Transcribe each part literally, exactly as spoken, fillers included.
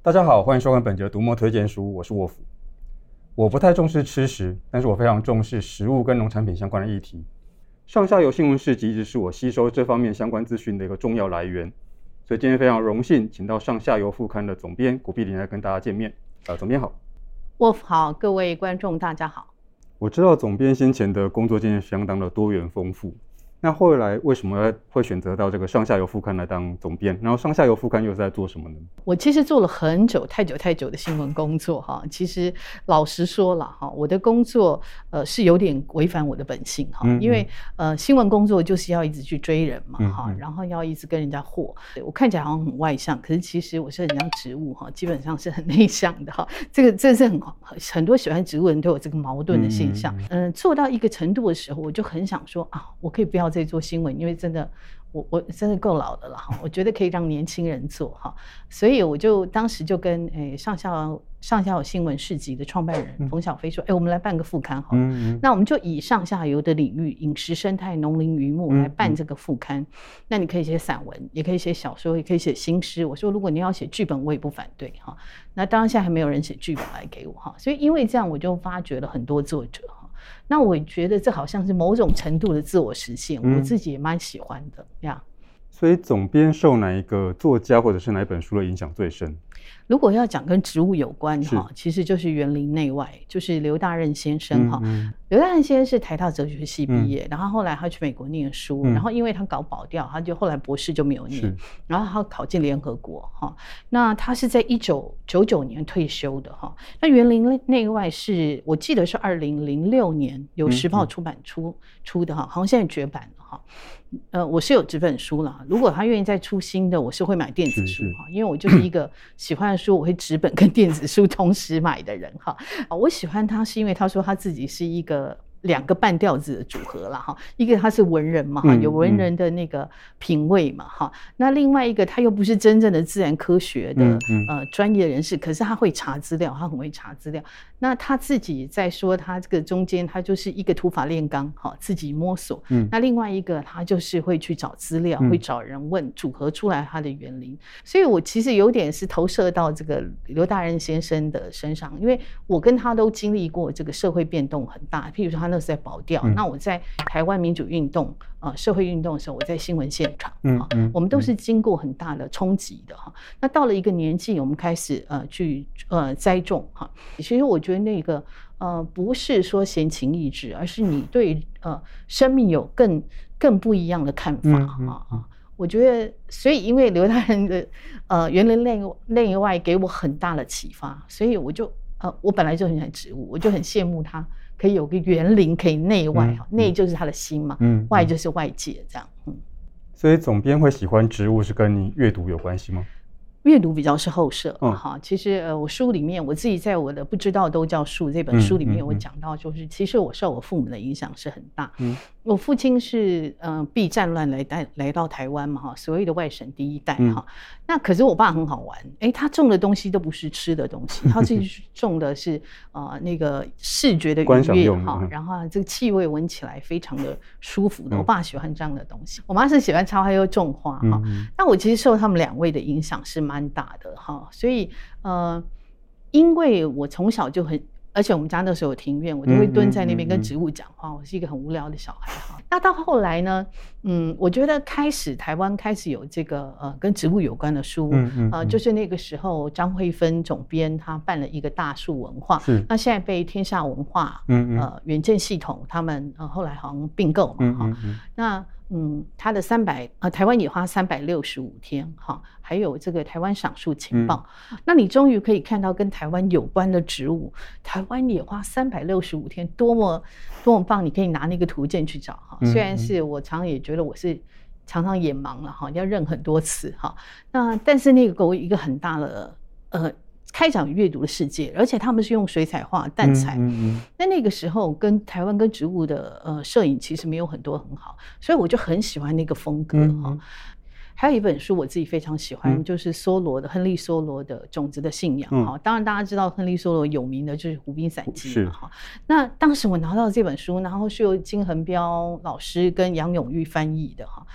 大家好，欢迎收看本节读墨推荐书，我是沃夫。我不太重视吃食，但是我非常重视食物跟农产品相关的议题。上下游新闻市集一直是我吸收这方面相关资讯的一个重要来源，所以今天非常荣幸请到上下游副刊的总编古碧玲来跟大家见面。呃，总编好。 沃夫好，各位观众大家好。 我知道总编先前的工作经验相当的多元丰富，那后来为什么会选择到这个上下游副刊来当总编？然后上下游副刊又是在做什么呢？ 我其实做了很久、太久、太久的新闻工作哈。其实老实说了哈，我的工作呃是有点违反我的本性哈，嗯嗯因为呃新闻工作就是要一直去追人嘛哈，嗯嗯然后要一直跟人家和。我看起来好像很外向，可是其实我是很像植物哈，基本上是很内向的哈。这个这是很很多喜欢植物的人都有这个矛盾的现象。嗯、呃，做到一个程度的时候，我就很想说啊，我可以不要再做新闻，因为真的我我真的够老的了哈，我觉得可以让年轻人做哈，所以我就当时就跟诶上下上下游新闻市集的创办人冯小飞说，哎，我们来办个副刊好了，嗯嗯那我们就以上下游的领域，饮食、生态、农林渔牧来办这个副刊。嗯嗯那你可以写散文，也可以写小说，也可以写新诗。我说如果你要写剧本，我也不反对哈。那当然现在还没有人写剧本来给我哈，所以因为这样我就发掘了很多作者。那我觉得这好像是某种程度的自我实现，嗯、我自己也蛮喜欢的呀。 所以总编受哪一个作家或者是哪一本书的影响最深？ 如果要讲跟植物有关哈，其实就是园林内外，就是刘大任先生哈。嗯嗯刘大任先生是台大哲学系毕业，嗯、然后后来他去美国念书，嗯、然后因为他搞保钓，他就后来博士就没有念，然后他考进联合国哈。那他是在一九九九年退休的哈。那园林内外是我记得是二零零六年由时报出版出、嗯、出的哈，好像现在绝版了哈。呃，我是有纸本书啦，如果他愿意再出新的，我是会买电子书哈，因为我就是一个喜欢的书，我会纸本跟电子书同时买的人哈。我喜欢他是因为他说他自己是一个两个半调子的组合啦哈，一个他是文人嘛哈，有文人的那个品味嘛哈，那另外一个他又不是真正的自然科学的呃专业人士，可是他会查资料，他很会查资料。那他自己在说他这个中间他就是一个土法炼钢哈，自己摸索，嗯，那另外一个他就是会去找资料，会找人问，组合出来他的园林。所以我其实有点是投射到这个刘大任先生的身上，因为我跟他都经历过这个社会变动很大，譬如说他那是在保钓，嗯、那我在台湾民主运动、呃、社会运动的时候，我在新闻现场，嗯嗯、我们都是经过很大的冲击的哈。那到了一个年纪，我们开始呃去呃栽种哈。其实我觉得那个呃不是说闲情逸致，而是你对呃生命有更更不一样的看法啊、嗯嗯、我觉得，所以因为刘大任的呃园林内内外给我很大的启发，所以我就呃我本来就很喜欢植物，我就很羡慕他。可以有个园林，可以内外哈，内、嗯、就是他的心嘛，嗯，外就是外界这样，嗯。 所以总编会喜欢植物是跟你阅读有关系吗？ 阅读比较是后设哈、嗯，其实呃，我书里面我自己在我的不知道都叫树这本书里面，我讲到就是，其实我受我父母的影响是很大。嗯，我父亲是呃避战乱来带来到台湾嘛哈，所谓的外省第一代哈。嗯、那可是我爸很好玩，哎，他种的东西都不是吃的东西，他自己种的是呃那个视觉的愉悦哈，然后这个气味闻起来非常的舒服的。嗯、我爸喜欢这样的东西，我妈是喜欢插花又种花哈。嗯、那我其实受他们两位的影响是蛮大的哈，所以呃，因为我从小就很，而且我们家那时候有庭院，我就会蹲在那边跟植物讲话。嗯嗯嗯、我是一个很无聊的小孩哈。那到后来呢，嗯，我觉得开始台湾开始有这个呃跟植物有关的书，嗯嗯嗯、呃，就是那个时候张惠芬总编他办了一个大树文化，那现在被天下文化、嗯嗯、呃远见系统他们呃后来好像并购嘛哈，嗯嗯嗯、那。嗯，他的三百呃，台湾野花三百六十五天哈，还有这个台湾赏树情报，嗯、那你终于可以看到跟台湾有关的植物。台湾野花三百六十五天，多么多么棒！你可以拿那个图鉴去找哈。虽然是我常常也觉得我是常常眼盲了哈，要认很多次哈。那但是那个给我一个很大的呃。开展阅读的世界，而且他们是用水彩画、淡彩。嗯嗯嗯、那那个时候跟台湾跟植物的呃摄影其实没有很多很好，所以我就很喜欢那个风格哈。嗯嗯、还有一本书我自己非常喜欢，嗯、就是梭罗的亨利梭罗的《种子的信仰》哈。嗯、当然大家知道亨利梭罗有名的就是《湖滨散记》嘛哈。那当时我拿到这本书，然后是由金恒彪老师跟杨永玉翻译的哈。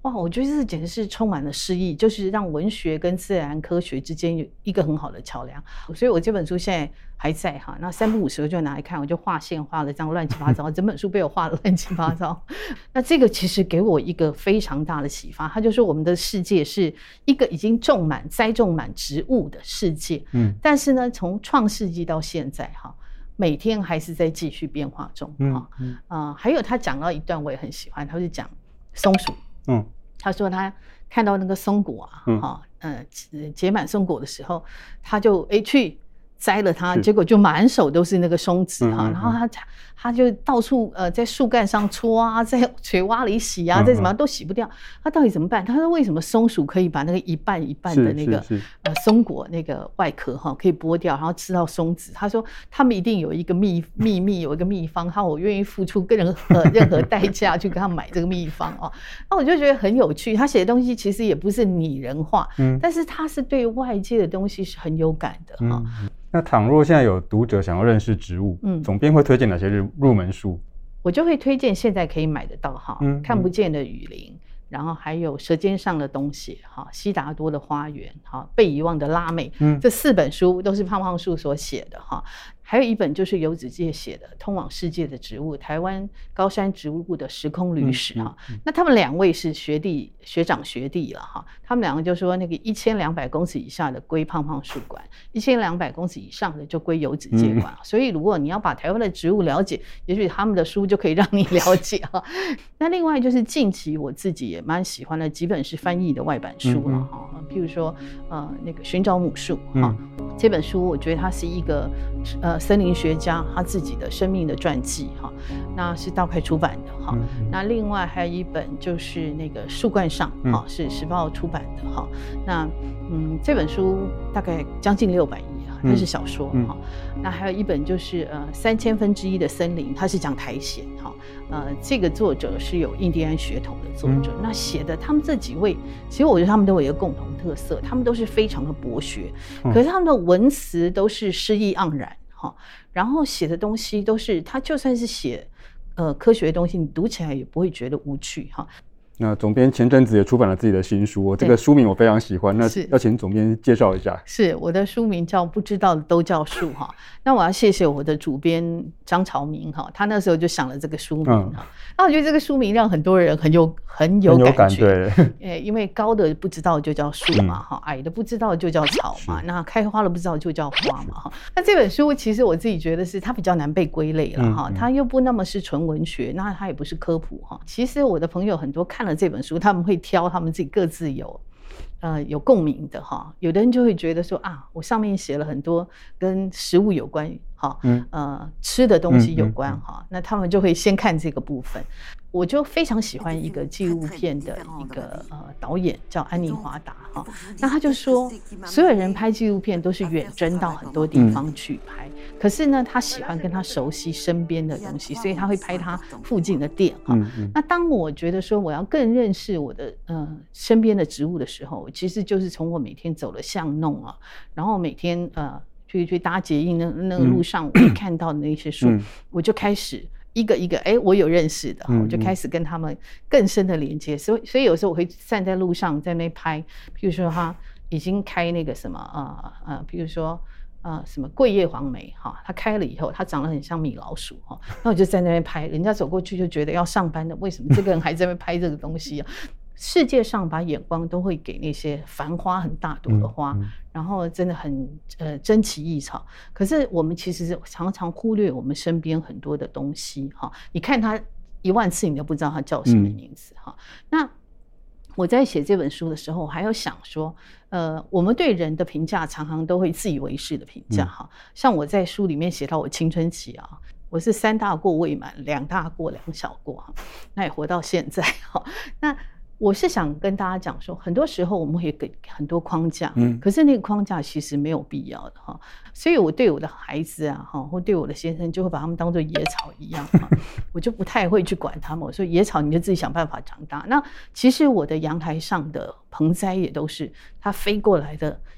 哇，我觉得这简直是充满了诗意，就是让文学跟自然科学之间有一个很好的桥梁。所以我这本书现在还在哈，那三不五时我就拿来看，我就画线画的这样乱七八糟，整本书被我画的乱七八糟。那这个其实给我一个非常大的启发，它就是我们的世界是一个已经种满栽种满植物的世界，嗯，但是呢，从创世纪到现在哈，每天还是在继续变化中哈。嗯嗯呃、还有他讲到一段我也很喜欢，他就讲松鼠，嗯。他说他看到那个松果啊，嗯呃、结满松果的时候，他就哎去摘了它，结果就满手都是那个松子哈、嗯嗯嗯，然后他他就到处呃在树干上戳啊，在水洼里洗啊，再怎么样都洗不掉，他到底怎么办？他说为什么松鼠可以把那个一半一半的那个呃松果那个外壳哈可以剥掉，然后吃到松子？他说他们一定有一个秘秘密，有一个秘方，他我愿意付出任何任何代价去跟他买这个秘方哦。那我就觉得很有趣，他写的东西其实也不是拟人化，嗯，但是他是对外界的东西是很有感的哈。 嗯，那倘若现在有读者想要认识植物，嗯，总编会推荐哪些入入门书？ 我就会推荐现在可以买得到哈，嗯，看不见的雨林，然后还有舌尖上的东西哈，悉达多的花园哈，被遗忘的拉美，嗯，这四本书都是胖胖树所写的哈。还有一本就是游子介写的《通往世界的植物：台湾高山植物部的时空旅史》哈、嗯嗯。那他们两位是学弟、学长、学弟了哈。他们两个就说，那个一千两百公尺以下的归胖胖树管，一千两百公尺以上的就归游子介管、嗯。所以，如果你要把台湾的植物了解，也许他们的书就可以让你了解哈。那另外就是近期我自己也蛮喜欢的几本是翻译的外版书了哈、嗯，譬如说呃那个《寻找母树》哈、嗯，这本书我觉得它是一个呃。森林学家他自己的生命的传记哈，那是道派出版的哈、嗯。那另外还有一本就是那个树冠上哈、嗯，是时报出版的哈。那嗯这本书大概将近六百页啊，它是小说哈、嗯。那还有一本就是呃三千分之一的森林，它是讲苔藓哈。呃，这个作者是有印第安血统的作者，嗯、那写的他们这几位，其实我觉得他们都有一个共同特色，他们都是非常的博学，嗯、可是他们的文词都是诗意盎然。然后写的东西都是，他就算是写呃科学的东西，你读起来也不会觉得无趣哈。 那总编前阵子也出版了自己的新书，这个书名我非常喜欢，那要请总编介绍一下。 是，我的书名叫《不知道的都叫树》哈。那我要谢谢我的主编张朝明哈，他那时候就想了这个书名哈。嗯、那我觉得这个书名让很多人很有很有感觉，感对，因为高的不知道就叫树嘛哈、嗯，矮的不知道就叫草嘛，那开花了不知道就叫花嘛哈。那这本书其实我自己觉得是它比较难被归类了哈、嗯，它又不那么是纯文学，那它也不是科普哈。其实我的朋友很多看了这本书，他们会挑他们自己各自有呃有共鸣的哈。有的人就会觉得说啊，我上面写了很多跟食物有关哈，呃吃的东西有关哈、嗯嗯嗯，那他们就会先看这个部分。我就非常喜欢一个纪录片的一个呃导演叫安妮华达哈，那他就说，所有人拍纪录片都是远征到很多地方去拍，嗯、可是呢，他喜欢跟他熟悉身边的东西，所以他会拍他附近的店哈、嗯嗯。那当我觉得说我要更认识我的呃身边的植物的时候，其实就是从我每天走的巷弄啊，然后每天呃去去搭捷运那那个路上，我会看到的那些树，嗯、我就开始。一个一个，哎，我有认识的，嗯、我就开始跟他们更深的连接，所以所以有时候我会站在路上在那拍，譬如说他已经开那个什么呃呃，譬如说呃什么桂叶黄梅哈，它开了以后，它长得很像米老鼠哈，那我就在那边拍，人家走过去就觉得要上班的，为什么这个人还在那边拍这个东西啊？世界上把眼光都会给那些繁花很大朵的花，嗯嗯、然后真的很呃珍奇异草。可是我们其实常常忽略我们身边很多的东西哈。你看它一万次，你都不知道它叫什么名字哈。嗯、那我在写这本书的时候，我还有想说，呃，我们对人的评价常常都会自以为是的评价哈。嗯、像我在书里面写到我青春期啊。我是三大过未满，两大过两小过哈，那也活到现在哈。那我是想跟大家讲说，很多时候我们会给很多框架，嗯，可是那个框架其实没有必要的哈。所以我对我的孩子啊，哈，或对我的先生，就会把他们当作野草一样哈，我就不太会去管他们。我说野草你就自己想办法长大。那其实我的阳台上的盆栽也都是它飞过来的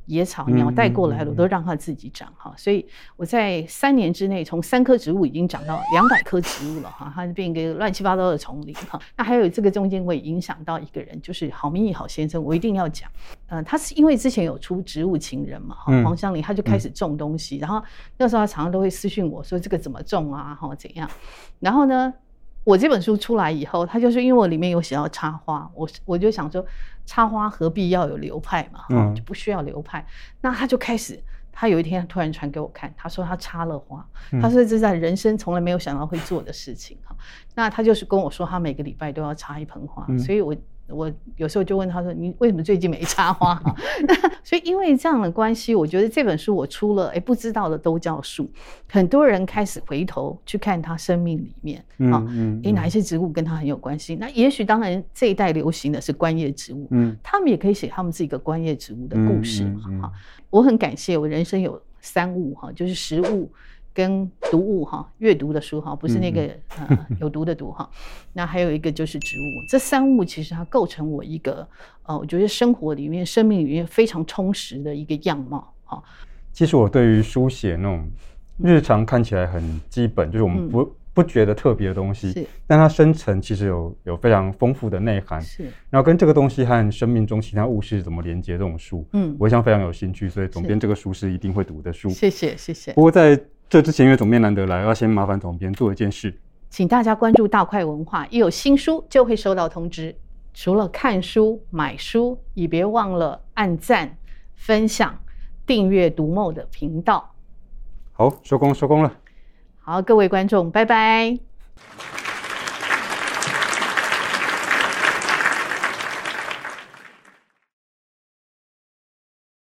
野草鸟带过来了，我都让它自己长哈。所以我在三年之内，从三棵植物已经长到两百棵植物了哈，它就变一个乱七八糟的丛林哈。那还有这个中间会影响到一个人，就是郝明义郝先生，我一定要讲。呃，他是因为之前有出《植物情人》嘛，哈，黄香林他就开始种东西，然后那时候他常常都会私讯我说这个怎么种啊，哈怎样？然后呢？我这本书出来以后，他就是因为我里面有写到插花，我我就想说，插花何必要有流派嘛，嗯、就不需要流派。那他就开始，他有一天突然传给我看，他说他插了花，嗯、他说这是他人生从来没有想到会做的事情哈。那他就是跟我说，他每个礼拜都要插一盆花，嗯、所以我。我有时候就问他说：“你为什么最近没插花？”所以因为这样的关系，我觉得这本书我出了，哎，不知道的都叫树。很多人开始回头去看他生命里面啊，哎、嗯嗯，哪一些植物跟他很有关系？那也许当然这一代流行的是观叶植物，嗯，他们也可以写他们自己一个观叶植物的故事嘛。哈、嗯嗯嗯，我很感谢我人生有三物哈，就是食物。跟读物哈，阅读的书哈，不是那个、嗯、呃有毒的毒哈。那还有一个就是植物，这三物其实它构成我一个呃，我觉得生活里面、生命里面非常充实的一个样貌哈。 其实我对于书写那种日常看起来很基本，嗯、就是我们不、嗯、不觉得特别的东西，但它深层其实有有非常丰富的内涵。是，然后跟这个东西和生命中其他物事怎么连接，这种书，嗯，我一向非常有兴趣，所以总编这个书是一定会读的书。 谢谢谢谢。 不过在这之前，因为总编难得来，要先麻烦总编做一件事， 请大家关注大块文化，一有新书就会收到通知。除了看书、买书，也别忘了按赞、分享、订阅读梦的频道。 好，收工收工了。 好，各位观众，拜拜。